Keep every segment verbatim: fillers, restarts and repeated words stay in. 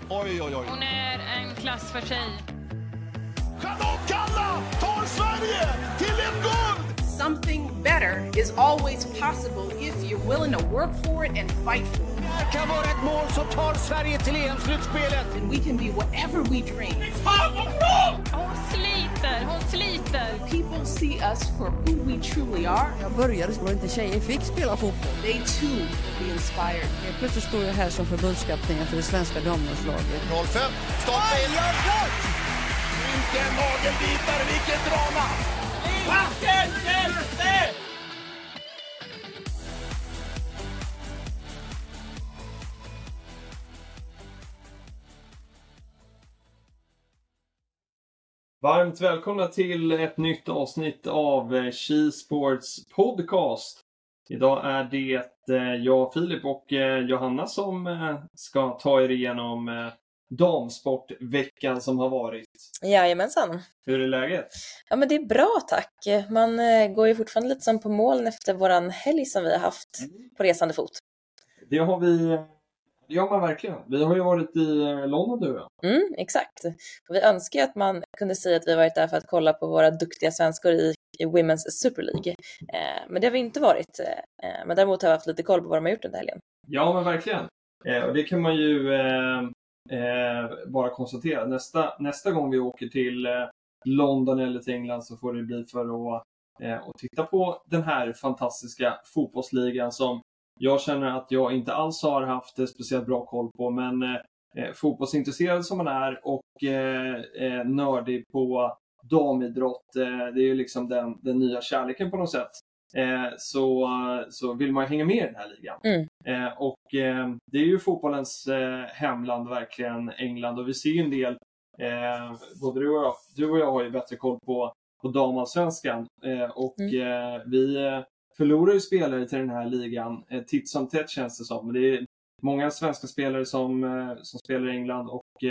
Oj, oj, oj. Hon är en klass för sig. Charlotte Kalla tar Sverige till ett guld! Something better is always possible if you're willing to work for it and fight for it. Det kan vara ett mål som tar Sverige till E M-slutspelet. And we can be whatever we dream. Fan vad bra! Hon sliter, hon sliter. People see us for who we truly are. Jag började så inte tjejer fick spela fotboll. They too be inspired. Jag plötsligt står jag här som förbundskapten för det svenska damlandslaget. noll fem, stopp in! Vilken nagelbitare, vilket drama! Vilken hjälte! Varmt välkomna till ett nytt avsnitt av She Sports podcast. Idag är det jag, Filip och Johanna som ska ta er igenom damsportveckan som har varit. Jajamensan. Hur är läget? Ja, men det är bra, tack. Man går ju fortfarande lite som på målen efter våran helg som vi har haft på resande fot. Det har vi... Ja, men verkligen. Vi har ju varit i London, du och jag. Mm, exakt. Och vi önskar ju att man kunde säga att vi varit där för att kolla på våra duktiga svenskor i, i Women's Super League. Eh, men det har vi inte varit. Eh, men däremot har vi haft lite koll på vad de har gjort under helgen. Ja, men verkligen. Eh, och det kan man ju eh, eh, bara konstatera. Nästa, nästa gång vi åker till eh, London eller till England så får det bli för att, eh, att titta på den här fantastiska fotbollsligan som jag känner att jag inte alls har haft speciellt bra koll på, men eh, fotbollsintresserad som man är och eh, eh, nördig på damidrott, eh, det är ju liksom den, den nya kärleken på något sätt. Eh, så, så vill man ju hänga med i den här ligan. Mm. Eh, och eh, det är ju fotbollens eh, hemland verkligen, England, och vi ser ju en del, eh, både du och, jag, du och jag har ju bättre koll på, på damallsvenskan eh, och mm. eh, vi... Eh, förlorar ju spelare till den här ligan eh, titt som tätt, känns det som. Det är många svenska spelare som, eh, som spelar i England och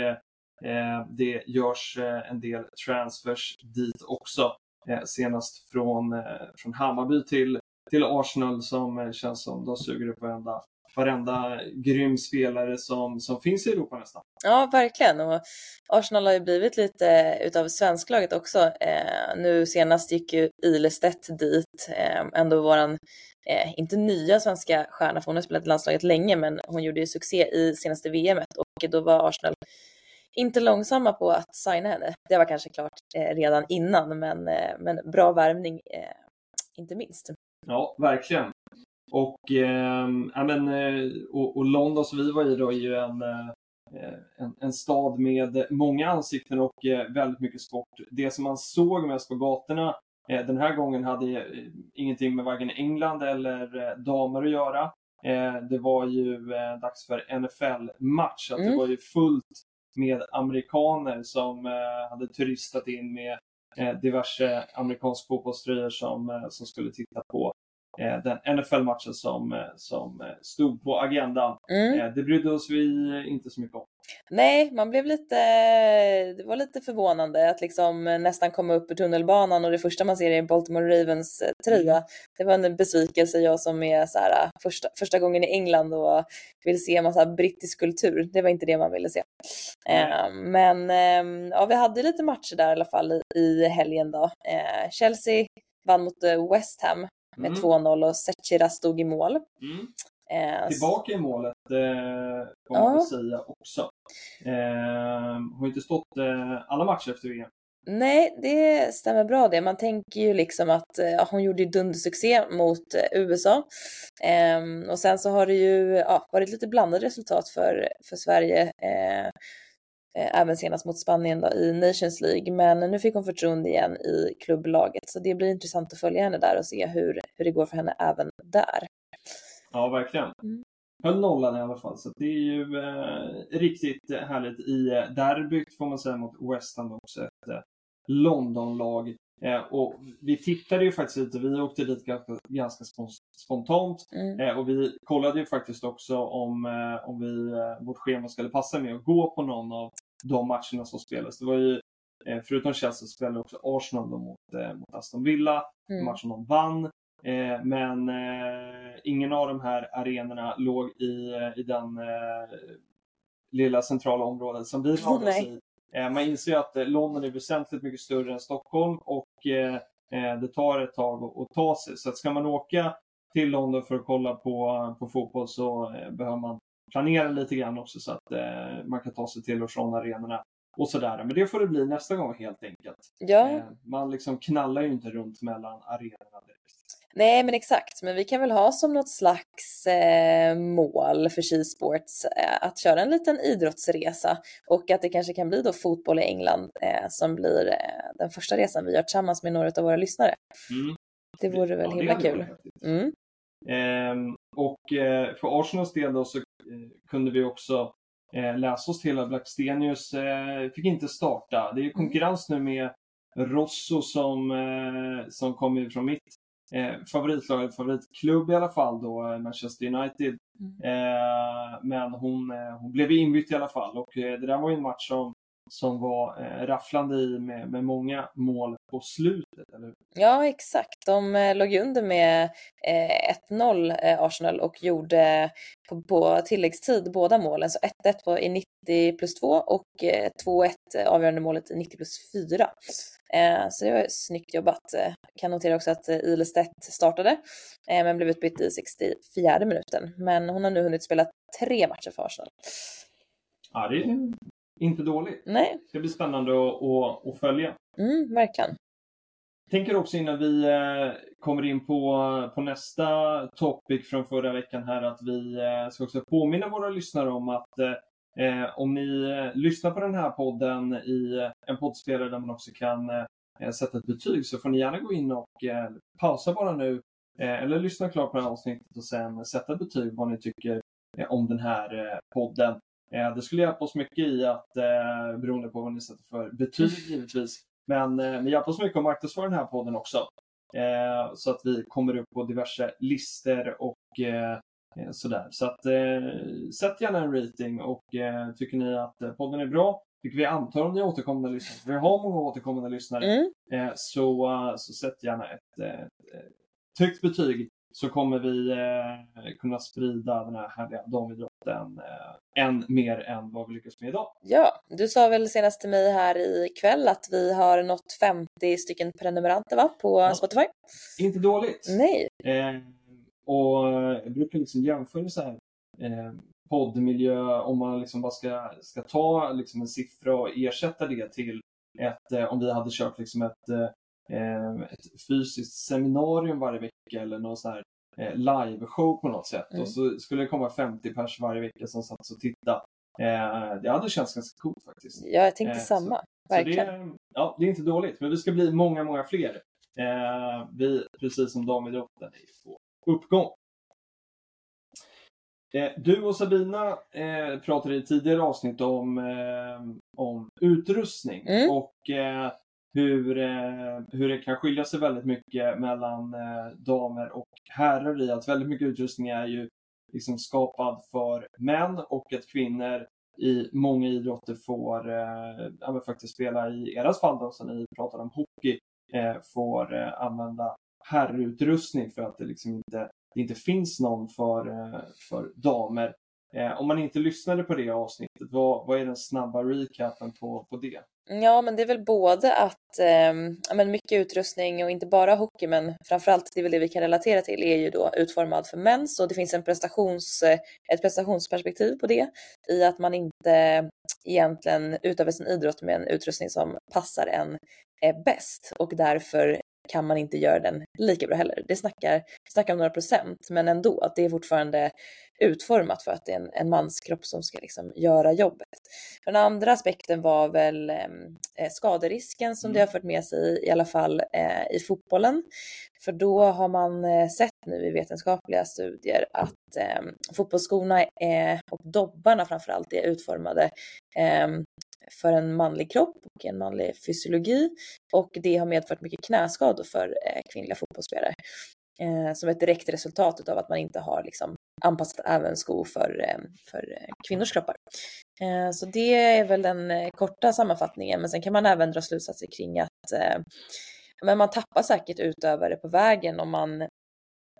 eh, det görs eh, en del transfers dit också. Eh, senast från, eh, från Hammarby till, till Arsenal som eh, känns som de suger upp varenda, varenda grym spelare som, som finns i Europa nästan. Ja, verkligen. Och Arsenal har ju blivit lite utav svensklaget också. Eh, nu senast gick ju Ilestedt dit. Eh, ändå våran, eh, inte nya svenska stjärna, för hon har spelat i landslaget länge, men hon gjorde ju succé i senaste V M-et. Och då var Arsenal inte långsamma på att signa henne. Det var kanske klart eh, redan innan, men, eh, men bra värvning eh, inte minst. Ja, verkligen. Och, eh, ja, men, och, och London som vi var i då är ju en, en, en stad med många ansikten och väldigt mycket sport. Det som man såg mest på gatorna eh, den här gången hade ingenting med varken England eller damer att göra. Eh, det var ju eh, dags för N F L-match. Mm. Det var ju fullt med amerikaner som eh, hade turistat in med eh, diverse amerikanska fotbollströjor som, eh, som skulle titta på den N F L-matchen som, som stod på agendan. Mm. Det brydde oss vi inte så mycket om. Nej, man blev lite, det var lite förvånande att liksom nästan komma upp ur tunnelbanan och det första man ser är Baltimore Ravens tröja. Mm. Det var en besvikelse, jag som är så här, första, första gången i England och vill se en massa brittisk kultur. Det var inte det man ville se. Mm. Men ja, vi hade lite matcher där i alla fall i, i helgen då. Chelsea vann mot West Ham med mm. två noll och Sechira stod i mål. Mm. Eh, Tillbaka i målet eh, får man ja. säga också. Eh, har inte stått eh, alla matcher efter V M. Nej, det stämmer bra det. Man tänker ju liksom att eh, hon gjorde ju dundersuccé mot eh, U S A. Eh, och sen så har det ju ja, varit lite blandade resultat för, för Sverige. Eh, Även senast mot Spanien då, i Nations League. Men nu fick hon förtroende igen i klubblaget. Så det blir intressant att följa henne där och se hur, hur det går för henne även där. Ja, verkligen. Mm. Höll nollan i alla fall. Så det är ju eh, riktigt härligt i derbyt får man säga mot West Ham också. Ett eh, Londonlag. Eh, och vi tittade ju faktiskt lite. Vi åkte dit ganska, ganska spontant. Mm. Eh, och vi kollade ju faktiskt också om, eh, om vi, eh, vårt schema skulle passa med att gå på någon av de matcherna som spelades. Det var ju, eh, förutom Chelsea spelade också Arsenal då mot, eh, mot Aston Villa. Mm. Matchen de vann. Eh, men eh, ingen av de här arenorna låg i, i den eh, lilla centrala området som vi har oss Nej. i. Eh, man inser ju att eh, London är väsentligt mycket större än Stockholm och eh, eh, det tar ett tag att, att ta sig. Så att ska man åka till London för att kolla på, på fotboll så eh, behöver man planera lite grann också så att eh, man kan ta sig till och från arenorna och sådär. Men det får det bli nästa gång helt enkelt. Ja. Eh, man liksom knallar ju inte runt mellan arenorna direkt. Nej, men exakt. Men vi kan väl ha som något slags eh, mål för Skisports eh, att köra en liten idrottsresa. Och att det kanske kan bli då fotboll i England eh, som blir eh, den första resan vi gör tillsammans med några av våra lyssnare. Mm. Det vore väl Ja, himla det kul. Mm. Eh, och eh, för Arsenals del då så eh, kunde vi också eh, läsa oss till att Blackstenius eh, fick inte starta. Det är ju konkurrens nu med Rosso som, eh, som kommer från mitt eh, favoritlag, favoritklubb i alla fall då, Manchester United. Mm. Eh, men hon, eh, hon blev inbytt i alla fall och eh, det där var ju en match som, som var eh, rafflande i med, med många mål på slutet, eller hur? Ja, exakt. De eh, låg under med eh, ett noll eh, Arsenal och gjorde på, på tilläggstid båda målen. Så ett ett på, i nittio plus två och eh, två ett avgörande målet i nittio plus fyra. Eh, så det var snyggt jobbat. Eh, kan notera också att eh, Ilestedt startade eh, men blev utbytt i sextiofjärde minuten. Men hon har nu hunnit spela tre matcher för Arsenal. Ja, det är inte dåligt. Nej. Det ska bli spännande att, att, att följa. Mm, verkligen. Tänker också innan vi eh, kommer in på, på nästa topic från förra veckan här att vi eh, ska också påminna våra lyssnare om att eh, om ni eh, lyssnar på den här podden i eh, en poddspelare där man också kan eh, sätta ett betyg så får ni gärna gå in och eh, pausa bara nu eh, eller lyssna klart på det här avsnittet och sen sätta ett betyg vad ni tycker eh, om den här eh, podden. Eh, det skulle hjälpa oss mycket i att, eh, beroende på vad ni sätter för betyg givetvis, men eh, ni hjälper oss mycket att marknadsföra den här podden också. Eh, så att vi kommer upp på diverse listor och eh, sådär. Så att eh, sätt gärna en rating och eh, tycker ni att eh, podden är bra, tycker vi antar om ni återkommande lyssnare. Vi har många återkommande lyssnare. Mm. Eh, så, uh, så sätt gärna ett eh, tryckt betyg så kommer vi eh, kunna sprida den här härliga damidrotten eh, än mer än vad vi lyckas med idag. Ja, du sa väl senast till mig här ikväll att vi har nått femtio stycken prenumeranter va, på ja. Spotify? Inte dåligt. Nej. Eh, och jag brukar liksom jämföra så här eh, poddmiljö om man liksom bara ska, ska ta liksom en siffra och ersätta det till ett, eh, om vi hade kört liksom ett eh, ett fysiskt seminarium varje vecka eller någon sån här eh, live-show på något sätt. Mm. Och så skulle det komma femtio pers varje vecka som satt och tittade. Eh, det hade känts ganska coolt faktiskt. Ja, jag tänkte eh, samma. Så, verkligen. Så det, ja, det är inte dåligt. Men vi ska bli många, många fler. Eh, vi, precis som damidrotten, är på uppgång. Eh, du och Sabina eh, pratade i tidigare avsnitt om, eh, om utrustning. Mm. Och eh, Hur, eh, hur det kan skilja sig väldigt mycket mellan eh, damer och herrar i att väldigt mycket utrustning är ju liksom skapad för män och att kvinnor i många idrotter får eh, ja, faktiskt spela i eras fall då, så ni pratar om hockey, eh, får eh, använda herrutrustning för att det liksom inte, det inte finns någon för, eh, för damer. Eh, om man inte lyssnade på det avsnittet, vad, vad är den snabba recapen på, på det? Ja, men det är väl både att eh, ja, men mycket utrustning och inte bara hockey, men framförallt det är väl det vi kan relatera till är ju då utformad för män. Så det finns en prestations, ett prestationsperspektiv på det i att man inte egentligen utövar sin idrott med en utrustning som passar en eh, bäst och därför kan man inte göra den lika bra heller. Det snackar, snackar om några procent, men ändå att det är fortfarande utformat för att det är en, en manskropp som ska liksom göra jobbet. Den andra aspekten var väl eh, skaderisken som mm. det har fört med sig i alla fall eh, i fotbollen. För då har man eh, sett nu i vetenskapliga studier att eh, fotbollsskorna är, och dobbarna framförallt är utformade eh, för en manlig kropp och en manlig fysiologi, och det har medfört mycket knäskador för eh, kvinnliga fotbollsspelare eh, som ett direkt resultat av att man inte har liksom anpassat även skor för, eh, för eh, kvinnors kroppar. Eh, så det är väl den eh, korta sammanfattningen, men sen kan man även dra slutsatser kring att eh, men man tappar säkert utövare på vägen om man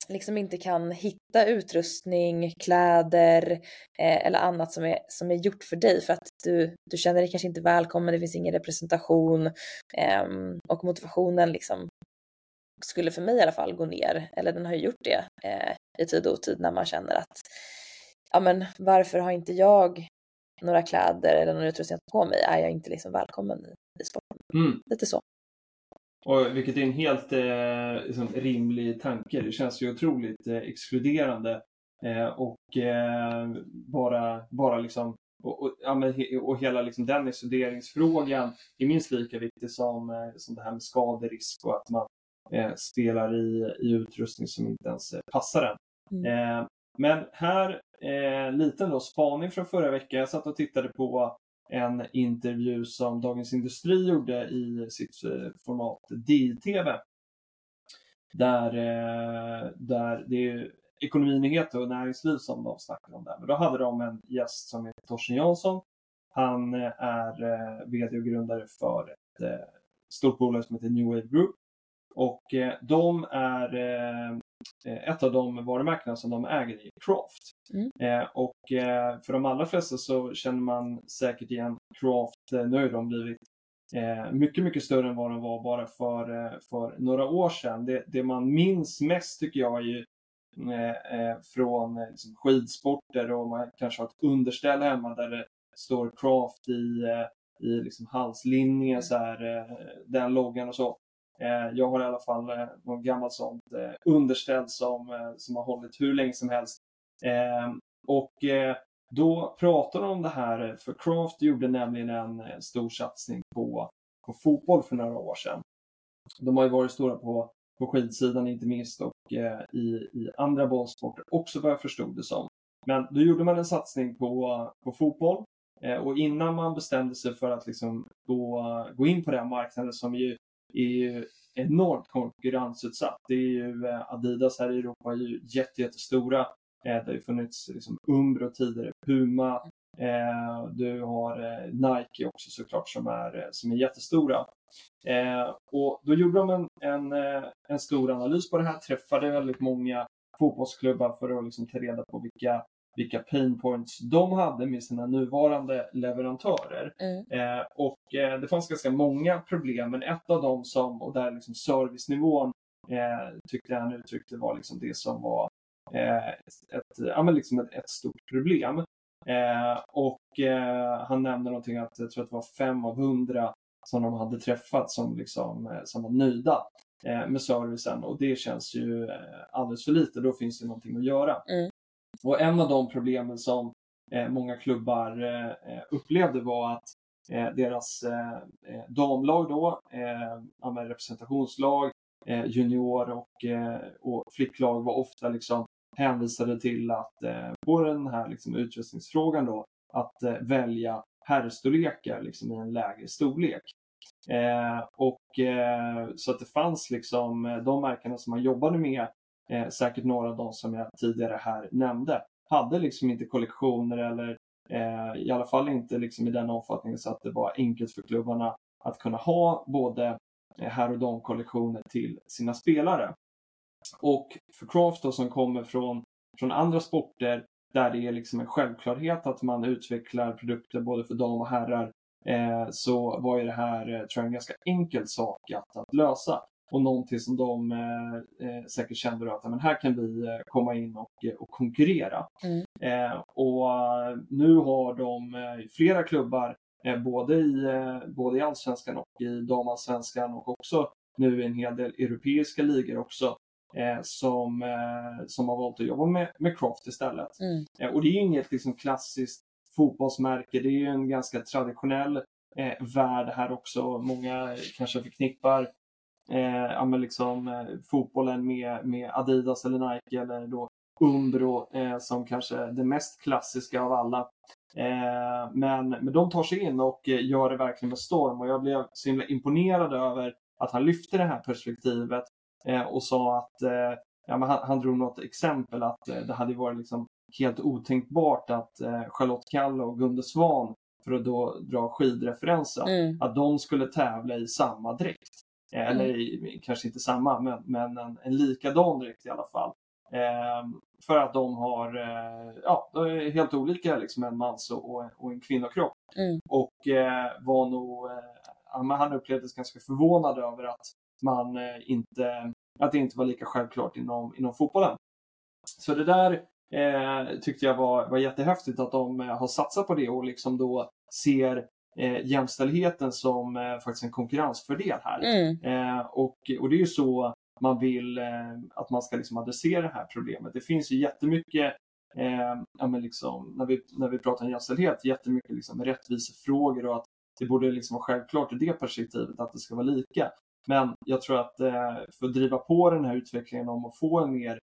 liksom inte kan hitta utrustning, kläder eh, eller annat som är, som är gjort för dig för att du, du känner dig kanske inte välkommen, det finns ingen representation eh, och motivationen liksom skulle för mig i alla fall gå ner, eller den har ju gjort det eh, i tid och tid när man känner att ja men varför har inte jag några kläder eller någon utrustning på mig, är jag inte liksom välkommen i, i sporten. Mm. Lite så. Och vilket är en helt eh, liksom, rimlig tanke. Det känns ju otroligt eh, exkluderande eh, och eh, bara, bara liksom och, och, ja, men, och hela liksom, den exkluderingsfrågan är minst lika viktig som, eh, som det här med skaderisk och att man eh, spelar i, i utrustning som inte ens eh, passar en. Mm. Eh, men här eh, liten då spaning från förra veckan. Jag satt och tittade på en intervju som Dagens Industri gjorde i sitt format D I T V. Där, där det är ekonominyheter och näringsliv som de snackar om där. Men då hade de en gäst som heter Torsten Jansson. Han är vd och grundare för ett stort bolag som heter New Wave Group. Och de är ett av de varumärkena som de äger i Craft. Mm. Eh, och eh, för de allra flesta så känner man säkert igen Craft. Eh, nu har de blivit eh, mycket, mycket större än vad de var bara för, eh, för några år sedan. Det, det man minns mest tycker jag är ju eh, eh, från eh, liksom skidsporter och man kanske har ett underställ hemma där det står Craft i, eh, i liksom halslinjen, så här, eh, den loggan och så. Jag har i alla fall eh, någon gammal sånt eh, underställ som, eh, som har hållit hur länge som helst. Eh, och eh, då pratar de om det här, för Craft gjorde nämligen en eh, stor satsning på, på fotboll för några år sedan. De har ju varit stora på, på skidsidan inte minst och eh, i, i andra bollsporter också, vad jag förstod det som. Men då gjorde man en satsning på, på fotboll eh, och innan man bestämde sig för att liksom gå, gå in på den marknaden som ju är ju enormt konkurrensutsatt. Det är ju Adidas här i Europa är ju jätte, jättestora. Det har ju funnits liksom Umbro tidigare, Puma. Du har Nike också såklart som är, som är jättestora. Och då gjorde de en, en, en stor analys på det här. Träffade väldigt många fotbollsklubbar för att liksom ta reda på vilka vilka pain points de hade med sina nuvarande leverantörer. Mm. Eh, och eh, det fanns ganska många problem, men ett av dem som, och där liksom servicenivån eh, tyckte han uttryckte var liksom det som var eh, ett, ett, ja, men liksom ett, ett stort problem. Eh, och eh, han nämnde någonting att jag tror att det var fem av hundra som de hade träffat som, liksom, som var nöjda eh, med servicen, och det känns ju eh, alldeles för lite. Då finns det någonting att göra. Mm. Och en av de problemen som eh, många klubbar eh, upplevde var att eh, deras eh, damlag då, eh, med representationslag, eh, junior och, eh, och flicklag var ofta liksom hänvisade till att eh, på den här liksom, utrustningsfrågan då, att eh, välja herrstorlekar liksom, i en lägre storlek. Eh, och eh, så att det fanns liksom de märkena som man jobbade med, Eh, säkert några av de som jag tidigare här nämnde, hade liksom inte kollektioner eller eh, i alla fall inte liksom i den omfattningen så att det var enkelt för klubbarna att kunna ha både eh, här och de kollektioner till sina spelare. Och för Craft då, som kommer från, från andra sporter där det är liksom en självklarhet att man utvecklar produkter både för dam och herrar, eh, så var ju det här eh, tror jag en ganska enkel sak att, att lösa. Och någonting som de eh, säkert kände då att men här kan vi eh, komma in och, och konkurrera. Mm. Eh, och nu har de eh, flera klubbar eh, både, i, eh, både i Allsvenskan och i Damallsvenskan och också nu en hel del europeiska ligor också eh, som, eh, som har valt att jobba med, med Craft istället. Mm. Eh, och det är inget liksom, klassiskt fotbollsmärke. Det är ju en ganska traditionell eh, värld här också. Många kanske förknippar Eh, ja, men liksom, eh, fotbollen med, med Adidas eller Nike eller då Umbro eh, som kanske det mest klassiska av alla. Eh, men, men de tar sig in och eh, gör det verkligen med storm, och jag blev så himla imponerad över att han lyfte det här perspektivet eh, och sa att eh, ja, men han, han drog något exempel att eh, det hade varit liksom helt otänkbart att eh, Charlotte Kalla och Gunde Svan, för att då dra skidreferenser, mm. att de skulle tävla i samma dräkt. Eller i, kanske inte samma, men, men en, en likadan dräkt i alla fall. Eh, för att de har, eh, ja, de är helt olika liksom en mans och, och en kvinnokropp. Mm. Och eh, var nog, eh, han upplevdes ganska förvånad över att man eh, inte, att det inte var lika självklart inom, inom fotbollen. Så det där eh, tyckte jag var, var jättehäftigt att de eh, har satsat på det och liksom då ser eh, jämställdheten som eh, faktiskt en konkurrensfördel här. Mm. Eh, och, och det är ju så man vill eh, att man ska liksom adressera det här problemet. Det finns ju jättemycket, eh, ja, men liksom, när, vi, när vi pratar om jämställdhet, jättemycket liksom rättvisefrågor och att det borde liksom vara självklart i det perspektivet att det ska vara lika. Men jag tror att eh, för att driva på den här utvecklingen om att få en mer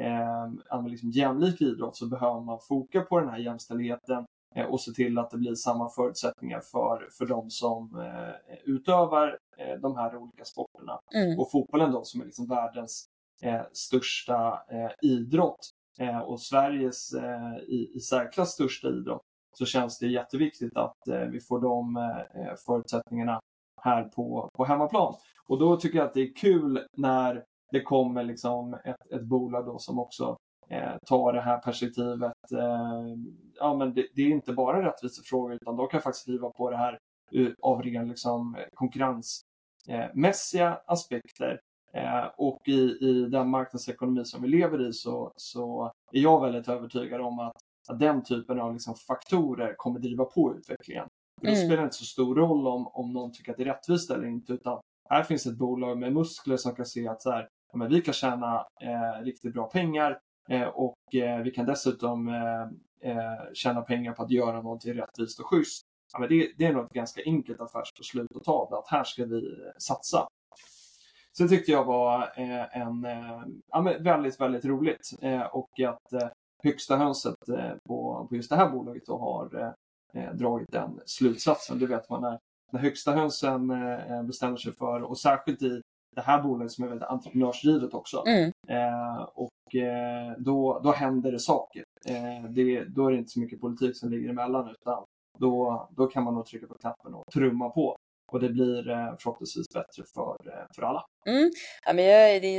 eh, liksom jämlik idrott så behöver man foka på den här jämställdheten eh, och se till att det blir samma förutsättningar för, för de som eh, utövar eh, de här olika sporterna. Mm. Och fotbollen då som är liksom världens eh, största eh, idrott eh, och Sveriges eh, i, i särklass största idrott, så känns det jätteviktigt att eh, vi får de eh, förutsättningarna här på, på hemmaplan. Och då tycker jag att det är kul när det kommer liksom ett, ett bolag då som också eh, tar det här perspektivet. Eh, ja, men det, det är inte bara rättvisefrågor utan de kan faktiskt driva på det här av ren liksom, konkurrensmässiga aspekter. Eh, och i, i den marknadsekonomi som vi lever i så, så är jag väldigt övertygad om att, att den typen av liksom, faktorer kommer driva på utvecklingen. För då Mm. spelar det inte så stor roll om, om någon tycker att det är rättvist eller inte, utan här finns ett bolag med muskler som kan se att så här, ja, men vi kan tjäna eh, riktigt bra pengar eh, och eh, vi kan dessutom eh, eh, tjäna pengar på att göra något rättvist och schysst. Ja, men det, det är nog ett ganska enkelt affärsbeslut att ta, att här ska vi satsa. Så det tyckte jag var eh, en, eh, ja, men väldigt, väldigt roligt. Eh, och att eh, högsta hönset eh, på, på just det här bolaget då har eh, dragit den slutsatsen. Det vet man när, när högsta hönsen eh, bestämmer sig för, och särskilt i det här bolaget som är väldigt entreprenörsdrivet också. Mm. Eh, och eh, då, då händer det saker. Eh, det, då är det inte så mycket politik som ligger emellan, utan då, då kan man nog trycka på knappen och trumma på. Och det blir eh, förhoppningsvis bättre för, eh, för alla. Mm. Ja, men jag, det är en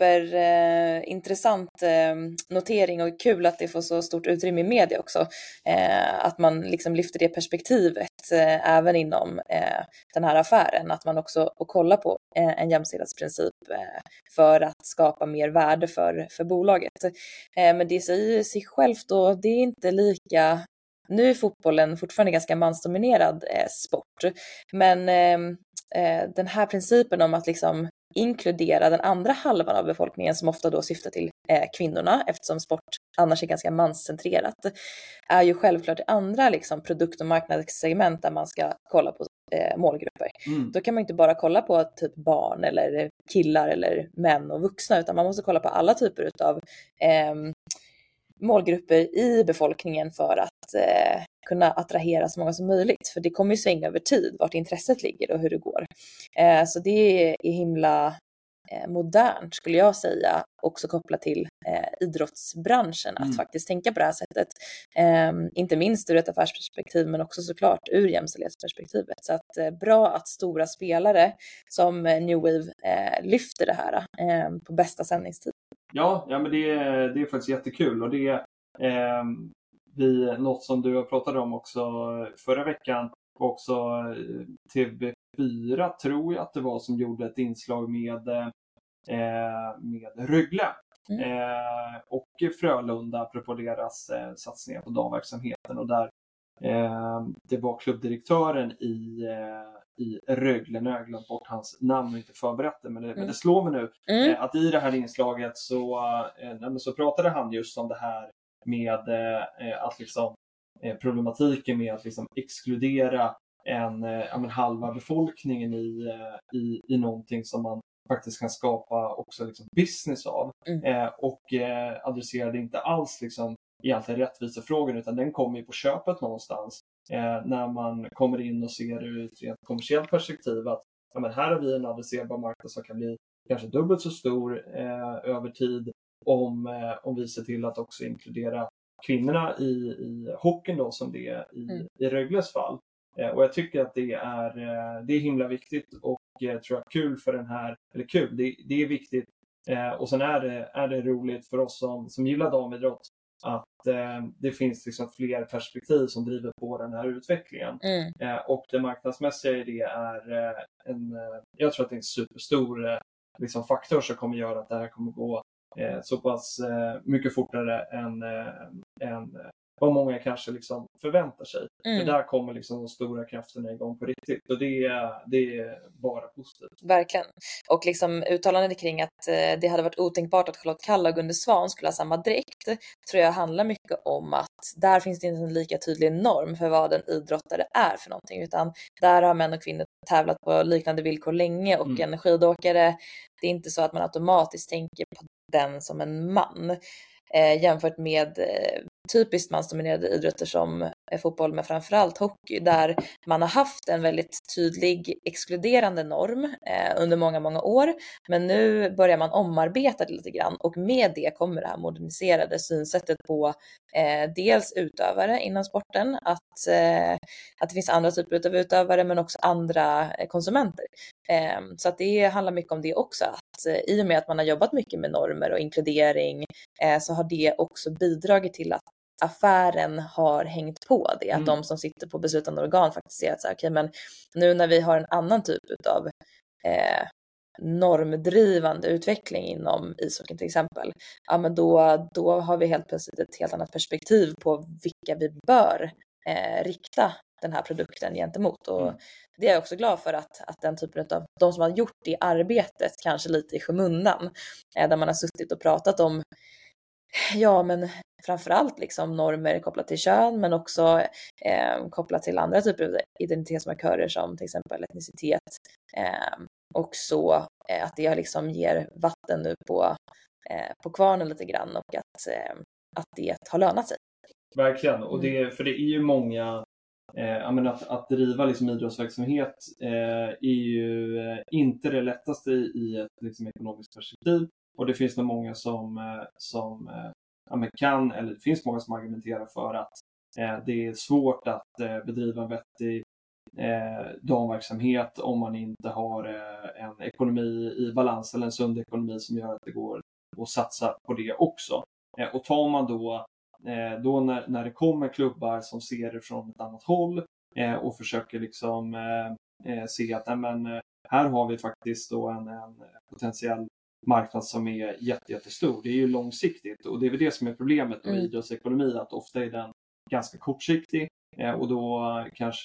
superintressant eh, eh, notering och kul att det får så stort utrymme i media också. Eh, att man liksom lyfter det perspektivet eh, även inom eh, den här affären. Att man också och kollar på eh, en jämställdhetsprincip eh, för att skapa mer värde för, för bolaget. Eh, men det säger sig självt och det är inte lika... Nu är fotbollen fortfarande ganska mansdominerad eh, sport, men eh, eh, den här principen om att liksom inkludera den andra halvan av befolkningen som ofta då syftar till eh, kvinnorna, eftersom sport annars är ganska manscentrerat, är ju självklart i andra liksom, produkt- och marknadssegment där man ska kolla på eh, målgrupper. Mm. Då kan man inte bara kolla på typ barn eller killar eller män och vuxna, utan man måste kolla på alla typer av eh, målgrupper i befolkningen för att eh, kunna attrahera så många som möjligt. För det kommer ju svänga över tid vart intresset ligger och hur det går. Eh, så det är himla eh, modernt skulle jag säga, också kopplat till eh, idrottsbranschen att Mm. faktiskt tänka på det här sättet. Eh, inte minst ur ett affärsperspektiv men också såklart ur jämställdhetsperspektivet. Så att eh, bra att stora spelare som eh, New Wave eh, lyfter det här eh, på bästa sändningstid. Ja, ja men det, är- det är faktiskt jättekul. Och det är eh, vi, något som du har pratat om också förra veckan. Och också eh, T V fyra tror jag att det var som gjorde ett inslag med, eh, med Rögle. Mm. Eh, och Frölunda apropå deras eh, satsningar på damverksamheten. Och där eh, det var klubbdirektören i, eh, i Rögle. Nu har jag glömt bort hans namn och inte förberett det, men det, men det slår mig nu. Mm. Eh, att i det här inslaget så, eh, nej, men så pratade han just om det här med eh, att liksom, eh, problematiken med att liksom exkludera en, eh, ja, men halva befolkningen i, eh, i, i någonting som man faktiskt kan skapa också liksom business av. Mm. Eh, och eh, adresserade inte alls liksom, egentligen rättvisefrågan, utan den kommer ju på köpet någonstans. Eh, när man kommer in och ser ur ett rent kommersiellt perspektiv att ja, men här har vi en adresserbar marknad som kan bli kanske dubbelt så stor eh, över tid om, eh, om vi ser till att också inkludera kvinnorna i, i hockeyn då, som det är i, Mm. i Rögles fall. Eh, och jag tycker att det är, eh, det är himla viktigt och eh, tror jag kul för den här, eller kul, det, det är viktigt Eh, och sen är det, är det roligt för oss som, som gillar damidrott att eh, det finns liksom fler perspektiv som driver på den här utvecklingen. Mm. Eh, och det marknadsmässiga i det är eh, en, eh, jag tror att det är en superstor eh, liksom faktor som kommer göra att det här kommer gå eh, så pass eh, mycket fortare än, eh, än eh, vad många kanske liksom förväntar sig. Mm. För där kommer liksom de stora krafterna igång på riktigt. Och det är, det är bara positivt. Verkligen. Och liksom uttalandet kring att eh, det hade varit otänkbart att Charlotte Kalla och Gunde Svan skulle ha samma dräkt, tror jag handlar mycket om att där finns det inte en lika tydlig norm för vad en idrottare är för någonting, utan där har män och kvinnor tävlat på liknande villkor länge, och Mm. en skidåkare, det är inte så att man automatiskt tänker på den som en man. Eh, jämfört med eh, typiskt mansdominerade idrotter som eh, fotboll, men framförallt hockey, där man har haft en väldigt tydlig exkluderande norm eh, under många, många år. Men nu börjar man omarbeta det lite grann, och med det kommer det här moderniserade synsättet på eh, dels utövare inom sporten, att, eh, att det finns andra typer av utövare, men också andra eh, konsumenter. Eh, så att det handlar mycket om det också, att eh, i och med att man har jobbat mycket med normer och inkludering, eh, så har det också bidragit till att affären har hängt på det. Att Mm. de som sitter på beslutande organ faktiskt ser att så här, okay, men nu när vi har en annan typ av eh, normdrivande utveckling inom ishockeyn till exempel, ja, men då, då har vi helt plötsligt ett helt annat perspektiv på vilka vi bör eh, rikta den här produkten gentemot. Och Mm. det är jag också glad för, att, att den typen av, de som har gjort det arbetet kanske lite i skymundan, eh, där man har suttit och pratat om, ja men framförallt liksom normer kopplat till kön, men också eh, kopplat till andra typer av identitetsmarkörer som till exempel etnicitet, eh, och så eh, att det liksom ger vatten nu på, eh, på kvarnen lite grann, och att, eh, att det har lönat sig. Verkligen, och det, för det är ju många, eh, jag menar, att, att driva liksom idrottsverksamhet eh, är ju eh, inte det lättaste i, i ett liksom, ekonomiskt perspektiv. Och det finns nog många som, eh, som eh, ja, men kan, eller det finns många som argumenterar för att eh, det är svårt att eh, bedriva en vettig eh, damverksamhet om man inte har eh, en ekonomi i balans, eller en sund ekonomi som gör att det går att satsa på det också. Eh, och tar man då Eh, då när, när det kommer klubbar som ser det från ett annat håll eh, och försöker liksom eh, eh, se att nej, men, eh, här har vi faktiskt då en, en potentiell marknad som är jätte, jättestor. Det är ju långsiktigt, och det är väl det som är problemet med Mm. idrottsekonomi, att ofta är den ganska kortsiktig eh, och då kanske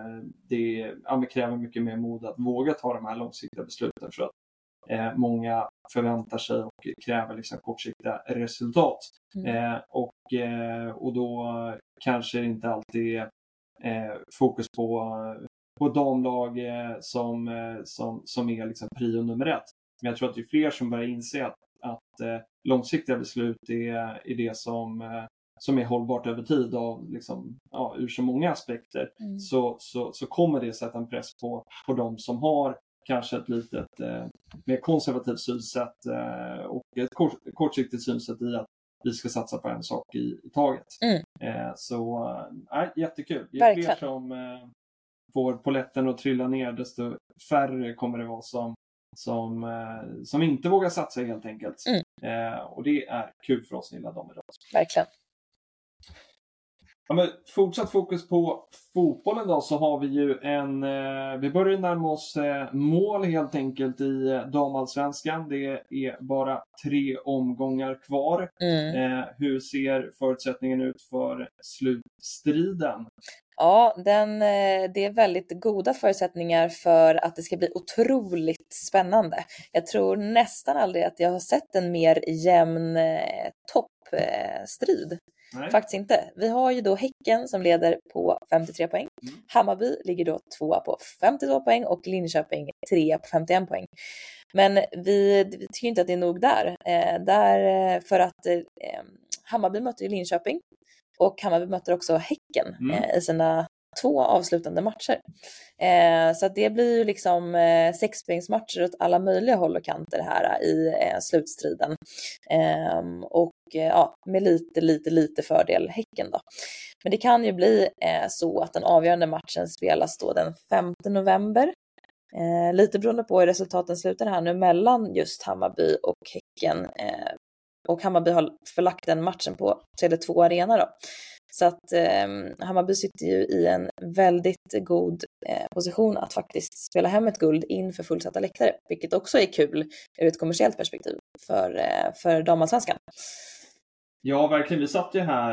det ja, kräver mycket mer mod att våga ta de här långsiktiga besluten, för att Eh, många förväntar sig och kräver liksom kortsiktiga resultat. Mm. Eh, och, eh, och då kanske det inte alltid är eh, fokus på, på damlag eh, som, eh, som, som är liksom prio nummer ett. Men jag tror att det är fler som börjar inse att, att eh, långsiktiga beslut är, är det som, eh, som är hållbart över tid av liksom, ja, ur så många aspekter. Mm. Så, så, så kommer det sätta en press på, på de som har kanske ett litet eh, mer konservativt synsätt eh, och ett kort, kortsiktigt synsätt i att vi ska satsa på en sak i, i taget. Mm. Eh, så äh, jättekul. Ju Verkligen. fler som eh, får poletten att trilla ner, desto färre kommer det vara som, som, eh, som inte vågar satsa helt enkelt. Mm. Eh, och det är kul för oss lilla damidrott. Verkligen. Ja, men fortsatt fokus på fotbollen då, så har vi ju en, eh, vi börjar närma oss eh, mål helt enkelt i eh, damallsvenskan. Det är bara tre omgångar kvar. Mm. Eh, hur ser förutsättningen ut för slutstriden? Ja, den, eh, det är väldigt goda förutsättningar för att det ska bli otroligt spännande. Jag tror nästan aldrig att jag har sett en mer jämn eh, toppstrid. Nej. Faktiskt inte. Vi har ju då Häcken som leder på femtiotre poäng. Mm. Hammarby ligger då tvåa på femtiotvå poäng och Linköping trea på femtioen poäng. Men vi, vi tycker inte att det är nog där. Eh, där för att eh, Hammarby möter ju Linköping och Hammarby möter också Häcken Mm. eh, i sina två avslutande matcher. Eh, så att det blir ju liksom eh, sexpoängsmatcher åt alla möjliga håll och kanter här i eh, slutstriden. Eh, och eh, ja, med lite, lite, lite fördel Häcken då. Men det kan ju bli eh, så att den avgörande matchen spelas då den femte november. Eh, lite beroende på hur resultaten slutar här nu mellan just Hammarby och Häcken. Eh, och Hammarby har förlagt den matchen på Tele två Arena då. Så att eh, Hammarby sitter ju i en väldigt god eh, position att faktiskt spela hem ett guld inför fullsatta läktare. Vilket också är kul ur ett kommersiellt perspektiv för, eh, för damallsvenskan. Ja, verkligen. Vi satt ju här,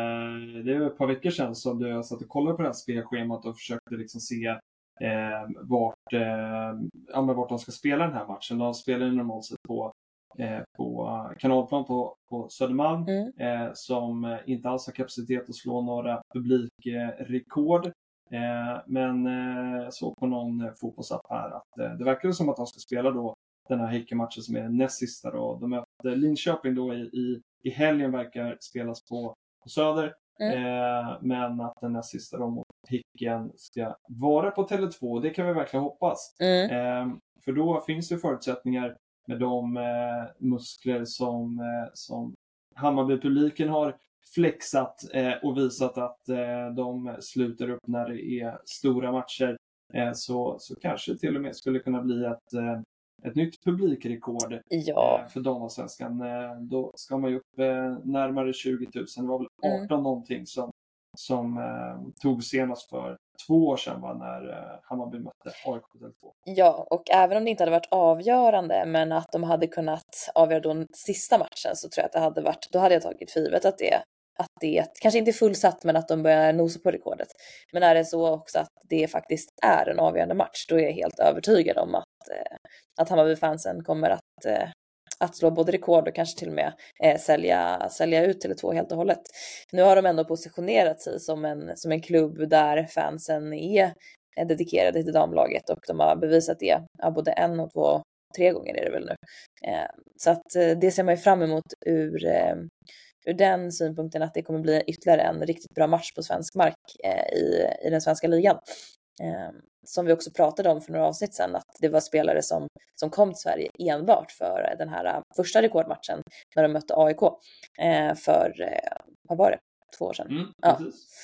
eh, det var ett par veckor sedan som du satt och kollade på det här spelschemat och försökte liksom se eh, vart, eh, ja, men vart de ska spela den här matchen. De spelar ju normalt sett på, eh, på kanalplan på, på Södermalm Mm. eh, som inte alls har kapacitet att slå några publikrekord. Eh, men eh, så på någon fotbollsapp här att eh, det verkar som att de ska spela då den här Häcken-matchen som är näst sista då. De möter Linköping då i, i, i helgen, verkar spelas på, på Söder. Mm. Eh, men att den näst sista då mot Häcken ska vara på Tele två. Det kan vi verkligen hoppas. Mm. Eh, för då finns det förutsättningar med de eh, muskler som, eh, som Hammarby-publiken har flexat eh, och visat att eh, de sluter upp när det är stora matcher. Eh, så, så kanske till och med skulle kunna bli ett eh, ett nytt publikrekord Ja. eh, för damallsvenskan. Eh, då ska man ju upp eh, närmare tjugo tusen. Det var väl arton Mm. någonting som, som eh, tog senast för två år sedan, va, när eh, Hammarby mötte A I K Tele två. Ja, och även om det inte hade varit avgörande, men att de hade kunnat avgöra då den sista matchen, så tror jag att det hade varit, då hade jag tagit för givet att det, att det kanske inte är fullsatt, men att de börjar nosa på rekordet. Men är det så också att det faktiskt är en avgörande match, då är jag helt övertygad om att, eh, att Hammarby-fansen kommer att, eh, att slå både rekord och kanske till och med eh, sälja, sälja ut Tele två helt och hållet. Nu har de ändå positionerat sig som en, som en klubb där fansen är dedikerade till damlaget, och de har bevisat det ja, både en och två, tre gånger är det väl nu. Eh, så att eh, det ser man ju fram emot ur, eh, ur den synpunkten, att det kommer bli ytterligare en riktigt bra match på svensk mark eh, i, i den svenska ligan. Eh, som vi också pratade om för några avsnitt sedan, att det var spelare som, som kom till Sverige enbart för den här första rekordmatchen när de mötte A I K eh, för, eh, vad var det? Två år sedan. Mm, ja.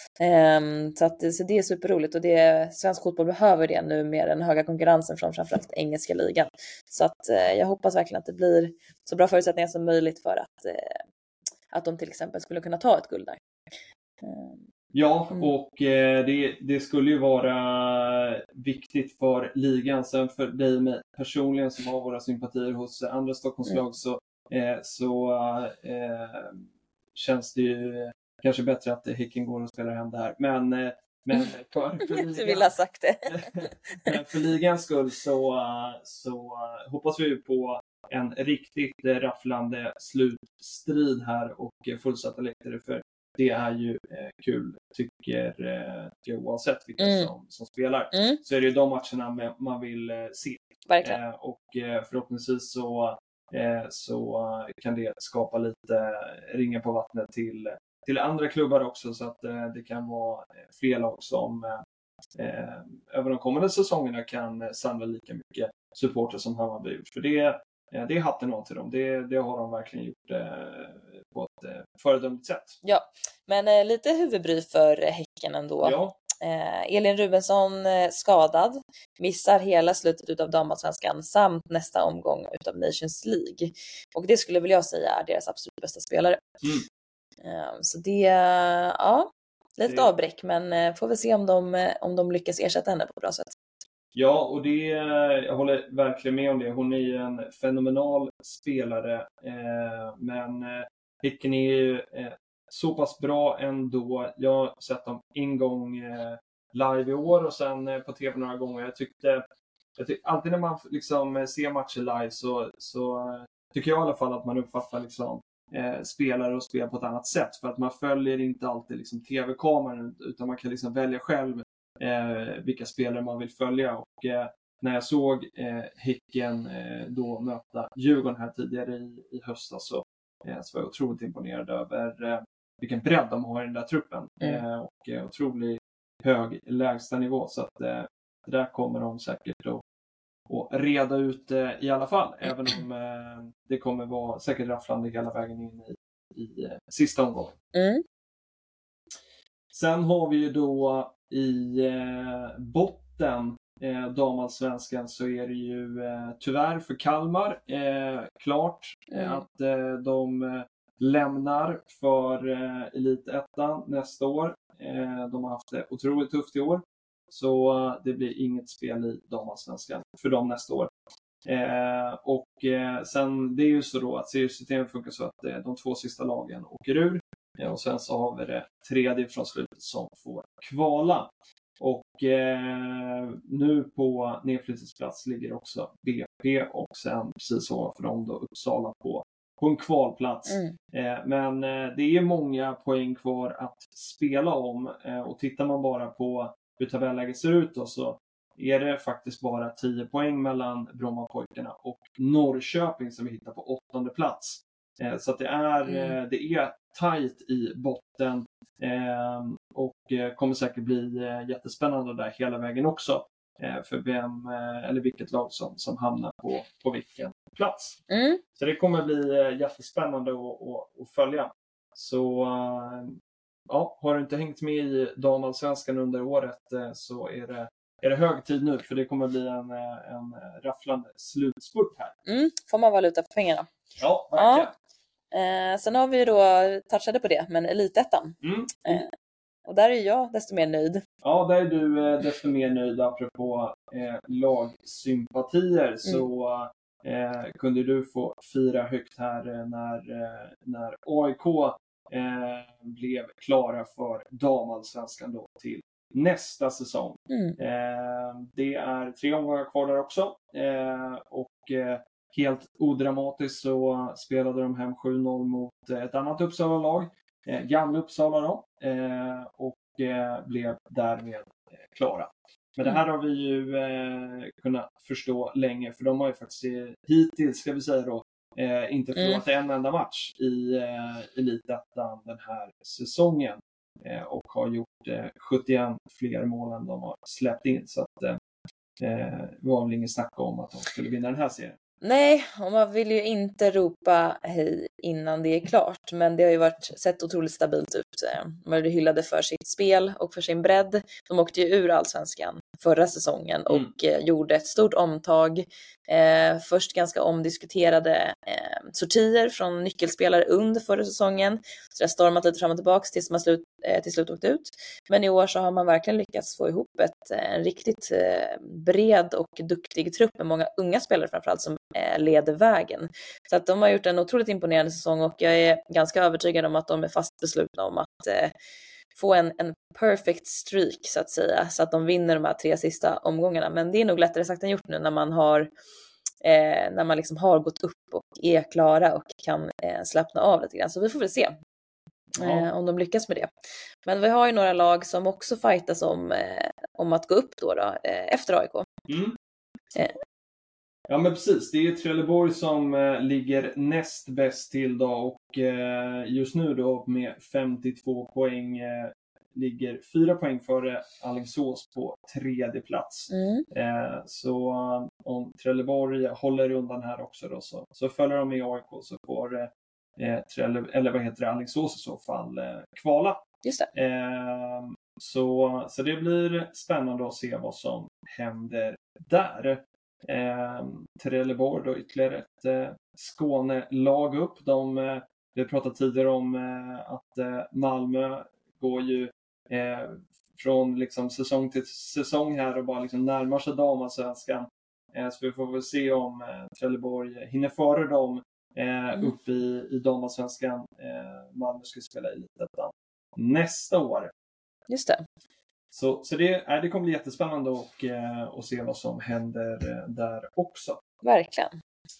precis. Um, så, att, så det är superroligt, och det, svensk fotboll behöver det nu med den höga konkurrensen från framförallt engelska ligan. Så att uh, jag hoppas verkligen att det blir så bra förutsättningar som möjligt för att, uh, att de till exempel skulle kunna ta ett guld där. Um, Ja, Mm. och eh, det, det skulle ju vara viktigt för ligan. Sen för dig och mig personligen som har våra sympatier hos andra Stockholmslag Mm. så, eh, så eh, känns det ju kanske bättre att Häcken går och spelar hem det här. Men, eh, men för, för, du vill ligan, ha sagt det. men för ligans skull så, så hoppas vi på en riktigt rafflande slutstrid här och fullsatta läktare, för det är ju eh, kul, tycker, eh, tycker jag, oavsett vilka Mm. som, som spelar. Mm. Så är det ju de matcherna man vill eh, se. Verkligen. Eh, och eh, förhoppningsvis så, eh, så kan det skapa lite ringar på vattnet till, till andra klubbar också, så att eh, det kan vara fler lag som eh, över de kommande säsongerna kan samla lika mycket supporter som Hammarby gjort. För det, eh, det är hatten av till dem. Det, det har de verkligen gjort eh, på ett eh, föredömligt sätt. Ja, men eh, lite huvudbry för Häcken ändå. Ja. Eh, Elin Rubensson eh, skadad, missar hela slutet utav damallsvenskan samt nästa omgång utav Nations League. Och det skulle väl jag säga är deras absolut bästa spelare. Mm. Eh, så det, ja, lite Det- avbräck, men eh, får vi se om de, eh, om de lyckas ersätta henne på ett bra sätt. Ja, och det, jag håller verkligen med om det. Hon är ju en fenomenal spelare. Eh, men eh, Häcken är ju eh, så pass bra ändå. Jag har sett dem en gång eh, live i år och sen eh, på tv några gånger. Jag tyckte, jag tyck, alltid när man liksom ser matcher live så, så eh, tycker jag i alla fall att man uppfattar liksom, eh, spelare och spel på ett annat sätt. För att man följer inte alltid liksom, tv-kameran, utan man kan liksom välja själv Eh, vilka spelare man vill följa. Och eh, när jag såg eh, Häcken eh, då möta Djurgården här tidigare i, i höstas så, eh, så var jag otroligt imponerad över eh, vilken bredd de har i den där truppen. Mm. Eh, och eh, otroligt hög lägsta nivå, så att eh, det där kommer de säkert att, att reda ut eh, i alla fall, även om eh, det kommer vara säkert rafflande hela vägen in i, i eh, sista omgången. Mm. Sen har vi ju då i eh, botten eh, damallsvenskan så är det ju eh, tyvärr för Kalmar eh, klart eh, Mm. att eh, de eh, lämnar för eh, Elitettan nästa år. Eh, de har haft det otroligt tufft i år. Så eh, det blir inget spel i damallsvenskan för dem nästa år. Eh, och eh, sen det är ju så då att seriesystemet funkar så att eh, de två sista lagen åker ur. Eh, och sen så har vi det tredje från slutet som får kvala. Och eh, nu på nedflyttningsplats ligger också B P och sen precis ovanför dem då Uppsala på, på en kvalplats. Mm. Eh, men eh, det är många poäng kvar att spela om eh, och tittar man bara på hur tabelläget ser ut då, så är det faktiskt bara tio poäng mellan Brommapojkarna och Norrköping som vi hittar på åttonde plats. Eh, så att det är, Mm. eh, det är tajt i botten. Eh, och eh, kommer säkert bli eh, jättespännande där hela vägen också. Eh, för vem, eh, eller vilket lag som, som hamnar på, på vilken plats. Mm. Så det kommer bli eh, jättespännande att, att, att följa. Så eh, ja, har du inte hängt med i damallsvenskan under året eh, så är det, är det hög tid nu. För det kommer bli en, eh, en rafflande slutspurt här. Mm. Får man valuta för pengarna. Ja, verkligen. Eh, sen har vi ju då touchade på det, men Elitettan. Mm. Eh, och där är jag desto mer nöjd. Ja, där är du eh, desto mer nöjd apropå eh, lagsympatier. Så eh, kunde du få fira högt här eh, när, eh, när A I K eh, blev klara för damallsvenskan då till nästa säsong. Mm. Eh, det är tre omgångar kvar där också. Eh, och eh, helt odramatiskt så spelade de hem sju noll mot eh, ett annat Uppsala-lag. Eh, Gamla Uppsala då. Eh, och eh, blev därmed eh, klara. Men det här har vi ju eh, kunnat förstå länge. För de har ju faktiskt eh, hittills, ska vi säga då, eh, inte förlorat mm. en enda match i eh, Elitettan den här säsongen. Eh, och har gjort eh, sjuttioen fler mål än de har släppt in. Så att eh, det var väl ingen snack om att de skulle vinna den här serien. Nej, och man vill ju inte ropa hej innan det är klart. Men det har ju varit sett otroligt stabilt ut. De var hyllade för sitt spel och för sin bredd. De åkte ju ur allsvenskan förra säsongen och mm. gjorde ett stort omtag. Eh, först ganska omdiskuterade eh, sortier från nyckelspelare under förra säsongen. Så det har stormat lite fram och tillbaka tills man slut, eh, till slut åkt ut. Men i år så har man verkligen lyckats få ihop ett, en riktigt eh, bred och duktig trupp med många unga spelare framförallt som eh, leder vägen. Så att de har gjort en otroligt imponerande säsong och jag är ganska övertygad om att de är fast beslutna om att eh, få en, en perfect streak så att säga, så att de vinner de här tre sista omgångarna. Men det är nog lättare sagt än gjort nu när man har eh, när man liksom har gått upp och är klara och kan eh, slappna av lite grann. Så vi får väl se eh, ja. om de lyckas med det. Men vi har ju några lag som också fightas om, eh, om att gå upp då, då eh, efter A I K. Mm. Eh. Ja men precis, det är Trelleborg som eh, ligger näst bäst till då och eh, just nu då med femtiotvå poäng eh, ligger fyra poäng före Alingsås på tredje plats. Mm. Eh, så om Trelleborg håller undan här också då så, så följer de med A I K så får eh, Trelle, eller vad heter det, Alingsås i så fall eh, kvala. Just det. Eh, så, så det blir spännande att se vad som händer där. Eh, Trelleborg då ytterligare ett eh, Skåne-lag upp. De, eh, vi har pratat tidigare om eh, att eh, Malmö går ju eh, från liksom säsong till säsong här och bara liksom närmar sig damallsvenskan. Eh, så vi får väl se om eh, Trelleborg hinner före dem eh, mm. upp i, i damallsvenskan. Eh, Malmö ska spela i Elitettan nästa år. Just det. Så, så det, äh, det kommer bli jättespännande och, eh, och se vad som händer eh, där också. Verkligen.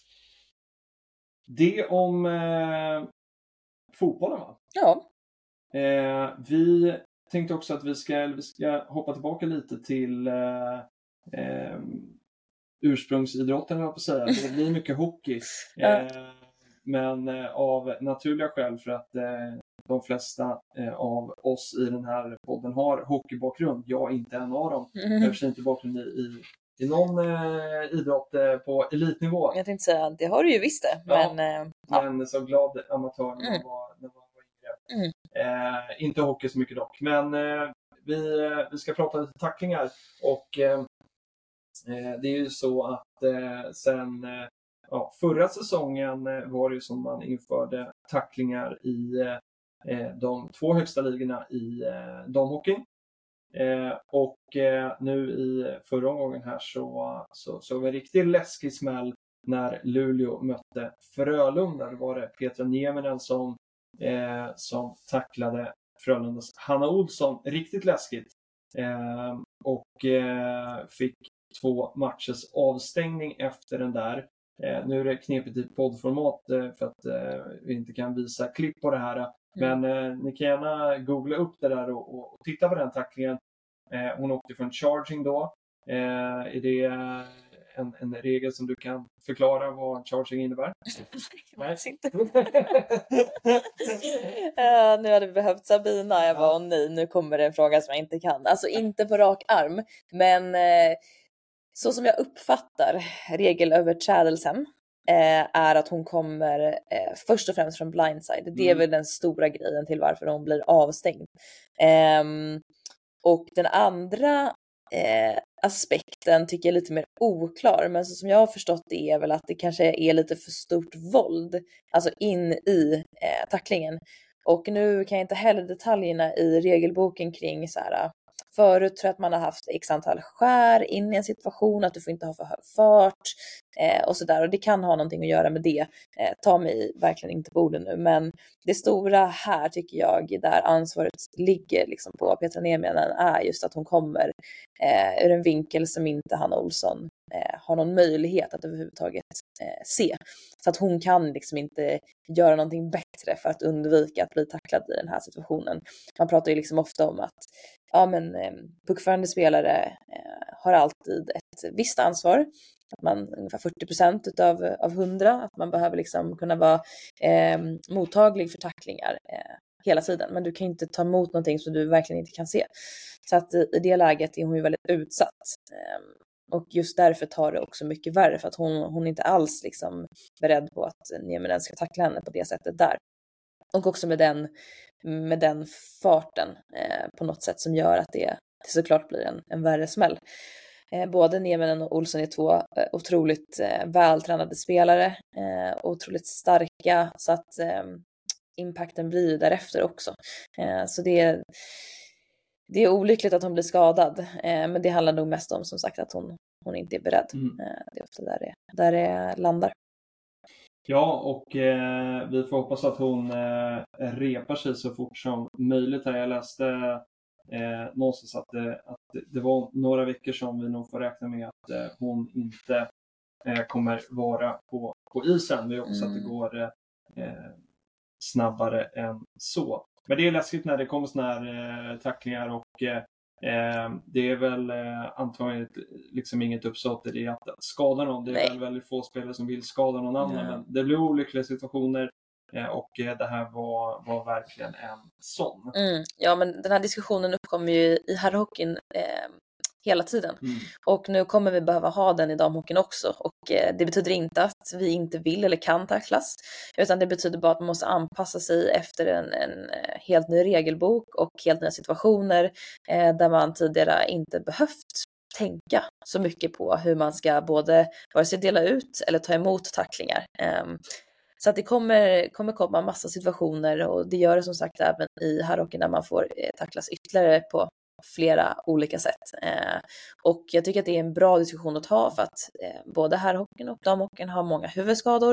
Det om eh, fotbollen va? Ja. Eh, vi tänkte också att vi ska, vi ska hoppa tillbaka lite till eh, eh, ursprungsidrotten, jag på att säga. Det blir mycket hockey. Eh, men eh, av naturliga skäl för att eh, de flesta eh, av oss i den här podden har hockeybakgrund. Jag är inte en av dem. Mm. Jag har inte bakgrund i, i, i någon eh, idrott eh, på elitnivå. Jag tänkte säga, det har du ju visst det. Ja, men, eh, men så glad amatör när man var, när man var yngre. Mm. Eh, inte hockey så mycket dock. Men eh, vi, vi ska prata lite tacklingar. Och eh, det är ju så att eh, sen eh, ja, förra säsongen var det ju som man införde tacklingar i eh, de två högsta ligorna i eh, damhockeyn. Eh, och eh, nu i förra omgången här så så såg vi en riktigt läskig smäll när Luleå mötte Frölunda. Det var det Petra Nieminen som, eh, som tacklade Frölundas Hanna Olsson. Riktigt läskigt. Eh, och eh, fick två matchers avstängning efter den där. Eh, nu är det knepigt i poddformat eh, för att eh, vi inte kan visa klipp på det här. Mm. Men eh, ni kan gärna googla upp det där och, och, och titta på den tacklingen. Eh, hon åkte från charging då. Eh, är det en, en regel som du kan förklara vad charging innebär? Nej. Inte. uh, nu hade vi behövt Sabina. Jag bara, åh nej, nu kommer det en fråga som jag inte kan. Alltså inte på rak arm. Men eh, så som jag uppfattar regelöverträdelsen eh, är att hon kommer eh, först och främst från blindside. Det är mm. väl den stora grejen till varför hon blir avstängd. Eh, och den andra eh, aspekten tycker jag är lite mer oklar. Men så som jag har förstått det är väl att det kanske är lite för stort våld. Alltså in i eh, tacklingen. Och nu kan jag inte heller detaljerna i regelboken kring så här. Förut tror jag att man har haft x antal skär in i en situation, att du får inte ha för hög fart eh, och sådär. Och det kan ha någonting att göra med det. Eh, ta mig verkligen inte på orden nu. Men det stora här tycker jag, där ansvaret ligger liksom på Petra Nieminen, är just att hon kommer eh, ur en vinkel som inte Hanna Olsson eh, har någon möjlighet att överhuvudtaget eh, se. Så att hon kan liksom inte göra någonting bättre för att undvika att bli tacklad i den här situationen. Man pratar ju liksom ofta om att ja, men eh, puckförande spelare eh, har alltid ett visst ansvar. Att man ungefär fyrtio procent utav av hundra. Att man behöver liksom kunna vara eh, mottaglig för tacklingar eh, hela tiden. Men du kan inte ta emot någonting som du verkligen inte kan se. Så att i, i det läget är hon ju väldigt utsatt. Eh, och just därför tar det också mycket värre. För att hon, hon är inte alls liksom beredd på att Nieminen ska tackla henne på det sättet där. Och också med den, med den farten eh, på något sätt som gör att det, det såklart blir en, en värre smäll. Eh, både Nieminen och Olsson är två eh, otroligt eh, vältränade spelare. Eh, otroligt starka, så att eh, impacten blir därefter också. Eh, så det, det är olyckligt att hon blir skadad. Eh, men det handlar nog mest om som sagt att hon, hon inte är beredd. Mm. Eh, det är ofta där det, där det landar. Ja, och eh, vi får hoppas att hon eh, repar sig så fort som möjligt. Här. Jag läste eh, någonstans att, det, att det var några veckor som vi nog får räkna med att eh, hon inte eh, kommer vara på, på isen. Vi hoppas mm. att det går eh, snabbare än så. Men det är läskigt när det kommer såna här eh, tacklingar och eh, Eh, det är väl eh, antagligen liksom inget uppsåt i det att skada någon. Det är Nej. väl väldigt få spelare som vill skada någon annan. Ja. Men det blir olyckliga situationer eh, och eh, det här var, var verkligen en sån. Mm. Ja, men den här diskussionen uppkommer ju i herrhockeyn eh, hela tiden. Mm. Och nu kommer vi behöva ha den i damhockeyn också. Och eh, det betyder inte att vi inte vill eller kan tacklas. Utan det betyder bara att man måste anpassa sig efter en, en helt ny regelbok och helt nya situationer. Eh, där man tidigare inte behövt tänka så mycket på hur man ska både vare sig dela ut eller ta emot tacklingar. Eh, så att det kommer, kommer komma massa situationer, och det gör det som sagt även i herrhockeyn, där man får eh, tacklas ytterligare på flera olika sätt. Eh, och jag tycker att det är en bra diskussion att ha, för att eh, både herrhockeyn och damhockeyn har många huvudskador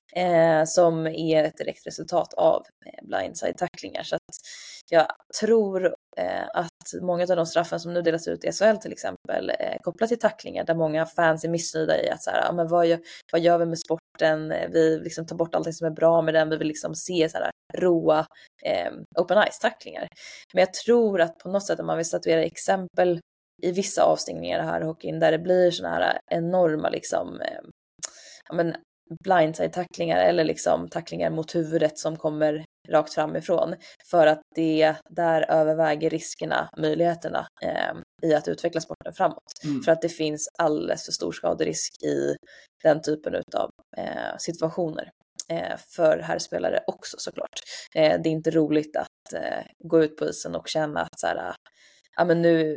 eh, som är ett direkt resultat av eh, blindside-tacklingar. Så att jag tror eh, att många av de straffen som nu delas ut i S H L till exempel eh, kopplat till tacklingar, där många fans är missnöjda i att så här, ja, men vad, gör, vad gör vi med sporten? Vi liksom tar bort allting som är bra med den. Vi vill liksom se så här roa eh, open ice-tacklingar. Men jag tror att på något sätt att man vill statuera exempel i vissa avstängningar här i hockeyn där det blir såna här enorma liksom eh, ja, men blindside-tacklingar eller liksom tacklingar mot huvudet som kommer rakt framifrån, för att det där överväger riskerna, möjligheterna eh, i att utveckla sporten framåt. Mm. För att det finns alldeles för stor skaderisk i den typen av eh, situationer. Eh, för herrspelare också såklart. Eh, det är inte roligt att eh, gå ut på isen och känna att så här, ja, men nu,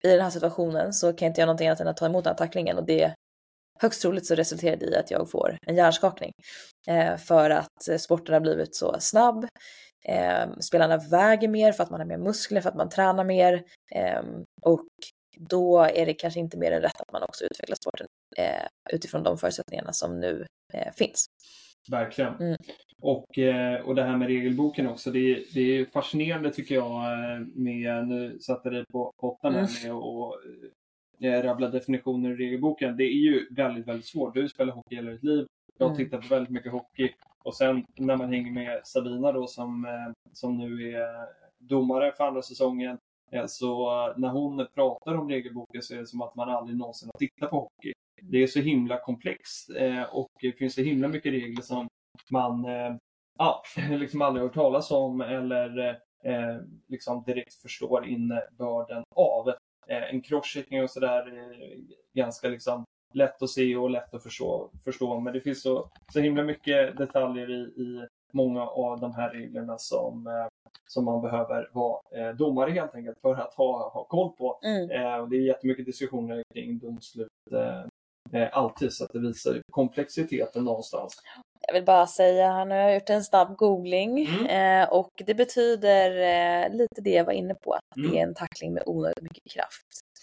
i den här situationen så kan jag inte göra någonting annat än att ta emot den här tacklingen, och det högst troligt så resulterar det i att jag får en hjärnskakning. Eh, för att sporten har blivit så snabb. Eh, spelarna väger mer för att man har mer muskler, för att man tränar mer. Eh, och då är det kanske inte mer än rätt att man också utvecklar sporten eh, utifrån de förutsättningarna som nu eh, finns. Verkligen. Mm. Och, eh, och det här med regelboken också, det är, det är fascinerande tycker jag med, nu satte det på botten här med och eh, rabbla definitioner i regelboken. Det är ju väldigt, väldigt svårt. Du spelar hockey hela ditt liv. Jag Mm. tittar på väldigt mycket hockey. Och sen när man hänger med Sabina då som, eh, som nu är domare för andra säsongen. Eh, så när hon pratar om regelboken så är det som att man aldrig någonsin har tittat på hockey. Det är så himla komplext eh, och det finns så himla mycket regler som man eh, ja, liksom aldrig har hört talas om eller eh, liksom direkt förstår innebörden av. Eh, en crosschecking och sådär är ganska liksom lätt att se och lätt att förstå, förstå. Men det finns så, så himla mycket detaljer i, i många av de här reglerna som, eh, som man behöver vara eh, domare helt enkelt för att ha, ha koll på. Mm. Eh, och det är jättemycket diskussioner kring domslut eh, eh, alltid, så att det visar komplexiteten någonstans. Jag vill bara säga, han har gjort en snabb googling Mm. eh, och det betyder eh, lite det jag var inne på, att Mm. det är en tackling med onödigt mycket kraft.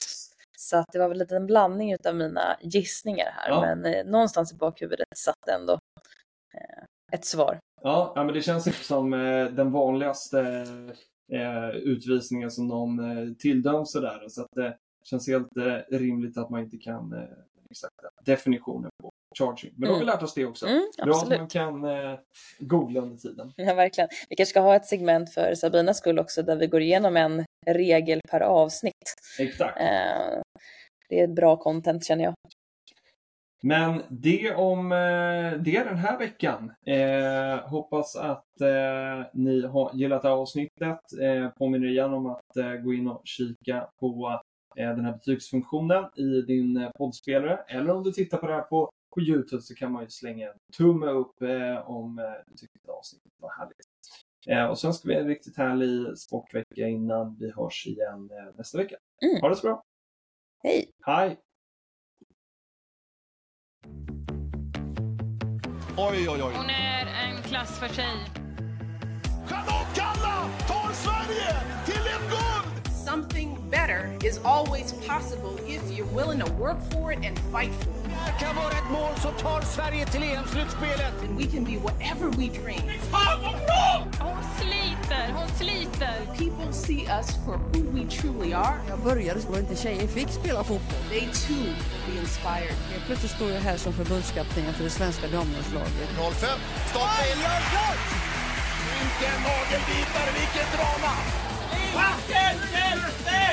Så att det var väl lite en blandning utav mina gissningar här, Ja. men eh, någonstans i bakhuvudet satt ändå eh, ett svar. Ja, ja, men det känns inte som eh, den vanligaste eh, utvisningen som någon eh, tilldöms sådär. Så att det känns helt eh, rimligt att man inte kan eh, exakta definitioner på charging. Men då har vi Mm. lärt oss det också. Mm, Bra att absolut. man kan eh, googla under tiden. Ja, verkligen. Vi kanske ska ha ett segment för Sabinas skull också, där vi går igenom en regel per avsnitt. Exakt. Eh, det är ett bra content, känner jag. Men det om eh, det den här veckan. Eh, hoppas att eh, ni har gillat det här avsnittet. Eh, påminner igen om att eh, gå in och kika på eh, den här betygsfunktionen i din eh, poddspelare. Eller om du tittar på det här på, på YouTube så kan man ju slänga en tumme upp eh, om eh, du tycker att avsnittet var härligt. Eh, och sen ska vi ha en riktigt härlig sportvecka innan vi hörs igen eh, nästa vecka. Mm. Ha det så bra. Hej! Hej! Oj, oj, oj. Hon är en klass för sig. Charlotte Kalla tar Sverige till ett guld! Something better is always possible if you're willing to work for it and fight for it. Det kan vara ett mål som tar Sverige till E M-slutspelet. And we can be whatever we dream. Hon sliter, hon sliter. People see us for who we truly are. Jag började så inte tjejer fick spela fotboll. They too be inspired. Helt plötsligt står jag här som förbundskapten för det svenska damlandslaget. noll fem, starta in! Vilken nagelbitare, vilket drama!